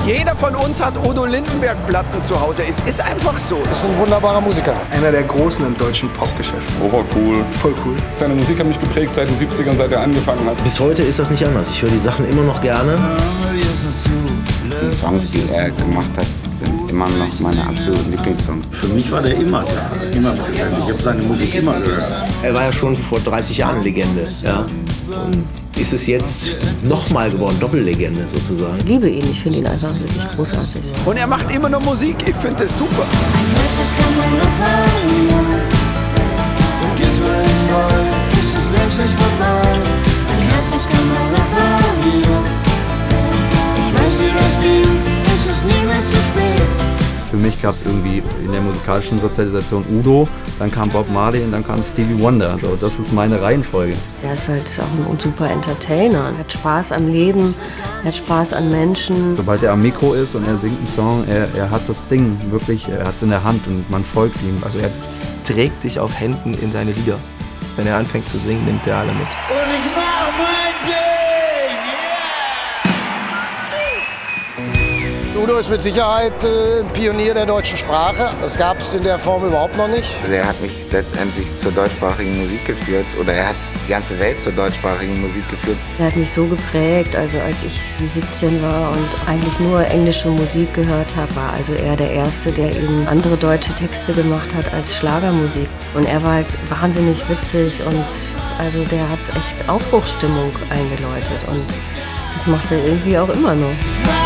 Jeder von uns hat Udo Lindenberg-Platten zu Hause. Es ist einfach so. Das ist ein wunderbarer Musiker. Einer der Großen im deutschen Popgeschäft. Obercool. Voll cool. Seine Musik hat mich geprägt seit den 70ern, seit er angefangen hat. Bis heute ist das nicht anders. Ich höre die Sachen immer noch gerne. Die Songs, die er gemacht hat, sind immer noch meine absoluten Lieblingssongs. Für mich war der immer da, immer präsent. Ich habe seine Musik immer gehört. Er war ja schon vor 30 Jahren Legende. Ja? Und ist es jetzt nochmal geworden, Doppellegende sozusagen. Ich liebe ihn, ich finde ihn einfach wirklich großartig. Und er macht immer noch Musik, ich finde das super. Für mich gab es irgendwie in der musikalischen Sozialisation Udo, dann kam Bob Marley und dann kam Stevie Wonder. Also das ist meine Reihenfolge. Er ist halt auch ein super Entertainer. Er hat Spaß am Leben, er hat Spaß an Menschen. Sobald er am Mikro ist und er singt einen Song, er hat das Ding wirklich, er hat es in der Hand und man folgt ihm. Also er trägt dich auf Händen in seine Lieder. Wenn er anfängt zu singen, nimmt er alle mit. Und ich mach mein Ding! Udo ist mit Sicherheit ein Pionier der deutschen Sprache. Das gab es in der Form überhaupt noch nicht. Er hat mich letztendlich zur deutschsprachigen Musik geführt oder er hat die ganze Welt zur deutschsprachigen Musik geführt. Er hat mich so geprägt, also als ich 17 war und eigentlich nur englische Musik gehört habe, war also er der Erste, der eben andere deutsche Texte gemacht hat als Schlagermusik. Und er war halt wahnsinnig witzig und also der hat echt Aufbruchsstimmung eingeläutet und das macht er irgendwie auch immer noch.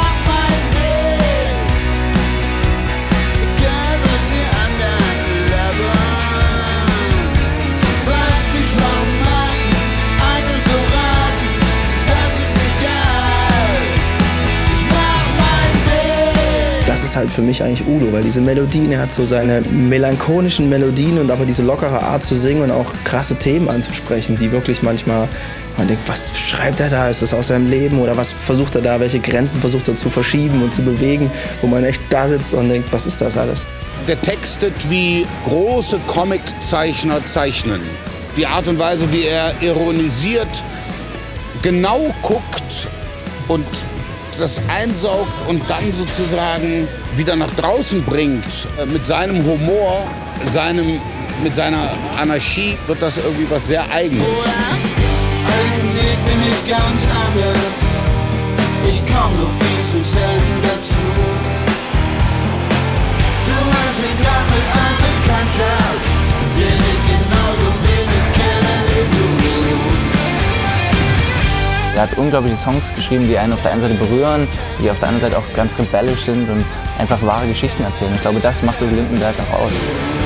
Das ist halt für mich eigentlich Udo, weil diese Melodien, er hat so seine melancholischen Melodien und aber diese lockere Art zu singen und auch krasse Themen anzusprechen, die wirklich manchmal, man denkt, was schreibt er da, ist das aus seinem Leben oder was versucht er da, welche Grenzen versucht er zu verschieben und zu bewegen, wo man echt da sitzt und denkt, was ist das alles? Der textet, wie große Comiczeichner zeichnen. Die Art und Weise, wie er ironisiert, genau guckt und das einsaugt und dann sozusagen wieder nach draußen bringt. Mit seinem Humor, mit seiner Anarchie wird das irgendwie was sehr Eigenes. Eigentlich bin ich ganz anders. Ich komm nur viel zu selten dazu. Du hast mich grad mit einem Bekannter, den ich genauso wenig kenne wie du. Er hat unglaubliche Songs geschrieben, die einen auf der einen Seite berühren, die auf der anderen Seite auch ganz rebellisch sind und einfach wahre Geschichten erzählen. Ich glaube, das macht Udo Lindenberg auch aus.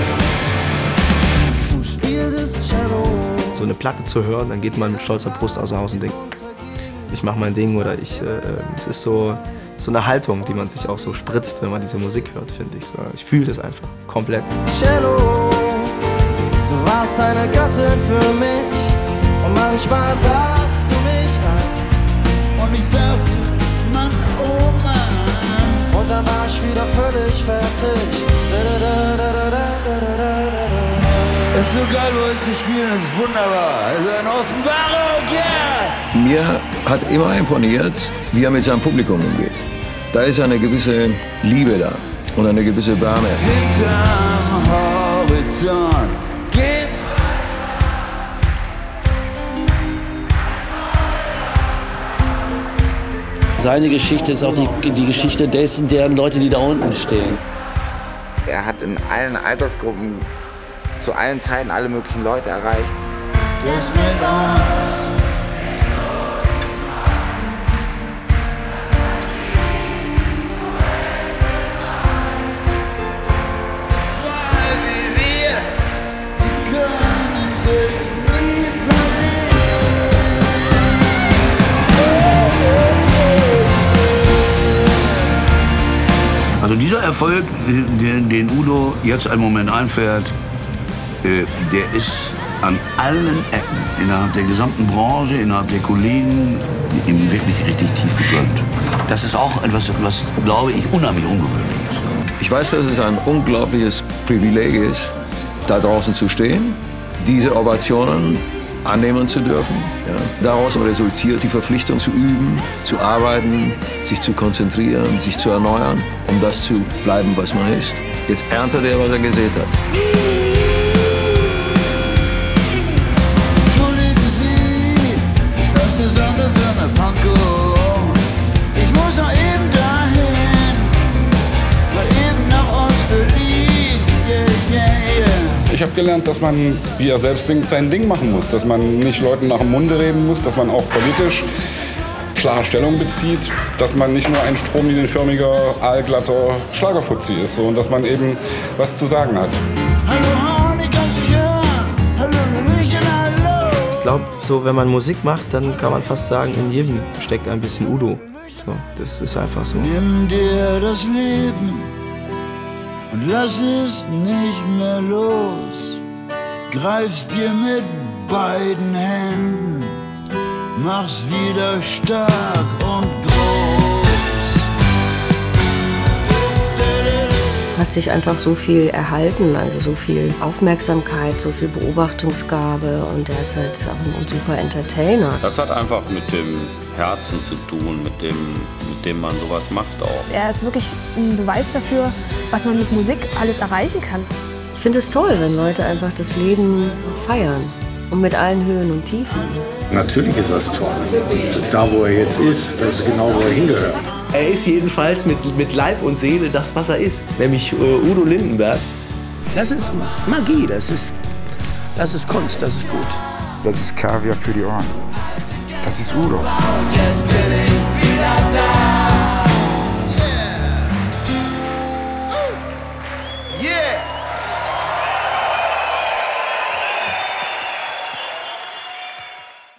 So eine Platte zu hören, dann geht man mit stolzer Brust außer Haus und denkt, ich mach mein Ding oder es ist so eine Haltung, die man sich auch so spritzt, wenn man diese Musik hört, finde ich. So, ich fühle das einfach komplett. Cello, du warst eine Göttin für mich und manchmal sahst du mich an und ich dachte, Mann, oh Mann, und dann war ich wieder völlig fertig. Es ist so geil, bei euch zu spielen, das ist wunderbar. Es ist eine Offenbarung, yeah! Mir hat immer imponiert, wie er mit seinem Publikum umgeht. Da ist eine gewisse Liebe da und eine gewisse Wärme. Hinterm Horizont geht's. Seine Geschichte ist auch die Geschichte deren Leute, die da unten stehen. Er hat in allen Altersgruppen zu allen Zeiten alle möglichen Leute erreicht. Das mit uns. Zwei wie wir, die können sich nie verlieren. Also dieser Erfolg, den Udo jetzt einen Moment einfährt, der ist an allen Ecken, innerhalb der gesamten Branche, innerhalb der Kollegen, ihm wirklich richtig tief gegönnt. Das ist auch etwas, was, glaube ich, unheimlich ungewöhnlich ist. Ich weiß, dass es ein unglaubliches Privileg ist, da draußen zu stehen, diese Ovationen annehmen zu dürfen. Ja? Daraus resultiert die Verpflichtung zu üben, zu arbeiten, sich zu konzentrieren, sich zu erneuern, um das zu bleiben, was man ist. Jetzt erntet er, was er gesät hat. Entschuldigen Sie, ist das eine sondersame Packung? Ich muss noch eben dahin, mal eben nach Ostberlin. Yeah, yeah, yeah. Ich habe gelernt, dass man, wie er selbst singt, sein Ding machen muss. Dass man nicht Leuten nach dem Munde reden muss, dass man auch politisch klar Stellung bezieht, dass man nicht nur ein stromlinienförmiger, aalglatter Schlagerfuzzi ist, so, und dass man eben was zu sagen hat. Ich glaube, so wenn man Musik macht, dann kann man fast sagen, in jedem steckt ein bisschen Udo. So, das ist einfach so. Nimm dir das Leben und lass es nicht mehr los. Greif's dir mit beiden Händen, mach's wieder stark und groß. Hat sich einfach so viel erhalten, also so viel Aufmerksamkeit, so viel Beobachtungsgabe, und er ist halt auch ein super Entertainer. Das hat einfach mit dem Herzen zu tun, mit dem man sowas macht auch. Er ist wirklich ein Beweis dafür, was man mit Musik alles erreichen kann. Ich finde es toll, wenn Leute einfach das Leben feiern und mit allen Höhen und Tiefen. Natürlich ist das toll. Da, wo er jetzt ist, das ist genau, wo er hingehört. Er ist jedenfalls mit Leib und Seele das, was er ist, nämlich Udo Lindenberg. Das ist Magie, das ist Kunst, das ist gut. Das ist Kaviar für die Ohren. Das ist Udo.